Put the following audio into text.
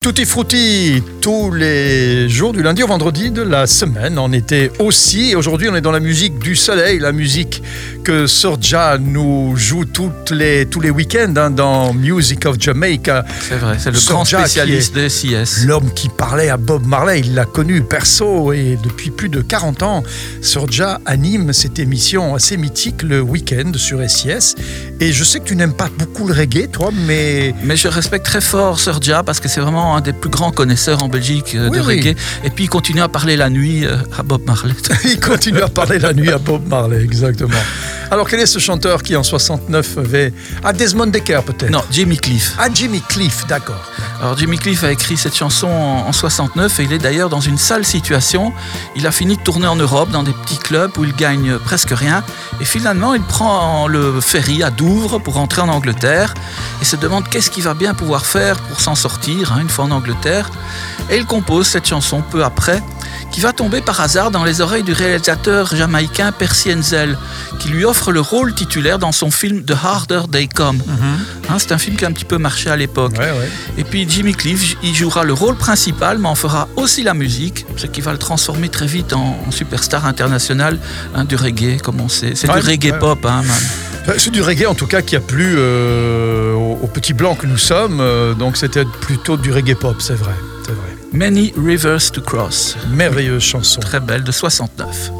Tutti Frutti, tous les jours du lundi au vendredi de la semaine, en été aussi. Et aujourd'hui, on est dans la musique du soleil, la musique que Sorja nous joue tous les week-ends dans Music of Jamaica. C'est vrai, c'est le Sorja, grand spécialiste de SIS. L'homme qui parlait à Bob Marley, il l'a connu perso et depuis plus de 40 ans, Sorja anime cette émission assez mythique le week-end sur SIS. Et je sais que tu n'aimes pas beaucoup le reggae, toi, mais je respecte très fort Sorja parce que c'est vraiment un des plus grands connaisseurs en Belgique de reggae. Et puis il continue à parler la nuit à Bob Marley. Il continue à parler la nuit à Bob Marley, exactement. Alors quel est ce chanteur qui en 69 avait... Ah, Desmond Dekker peut-être? Non, Jimmy Cliff. Ah, Jimmy Cliff, d'accord. Alors Jimmy Cliff a écrit cette chanson en 69 et il est d'ailleurs dans une sale situation. Il a fini de tourner en Europe dans des petits clubs où il gagne presque rien. Et finalement, il prend le ferry à Douvres pour rentrer en Angleterre et se demande qu'est-ce qu'il va bien pouvoir faire pour s'en sortir une fois en Angleterre. Et il compose cette chanson peu après, qui va tomber par hasard dans les oreilles du réalisateur jamaïcain Percy Enzel, qui lui offre le rôle titulaire dans son film The Harder They Come. C'est un film qui a un petit peu marché à l'époque. Ouais. Et puis Jimmy Cliff, il jouera le rôle principal, mais en fera aussi la musique, ce qui va le transformer très vite en superstar international du reggae, comme on sait. C'est du reggae pop. C'est du reggae en tout cas qui a plu aux petits blancs que nous sommes, donc c'était plutôt du reggae pop, c'est vrai. Many Rivers to Cross. Merveilleuse chanson. Très belle, de 69.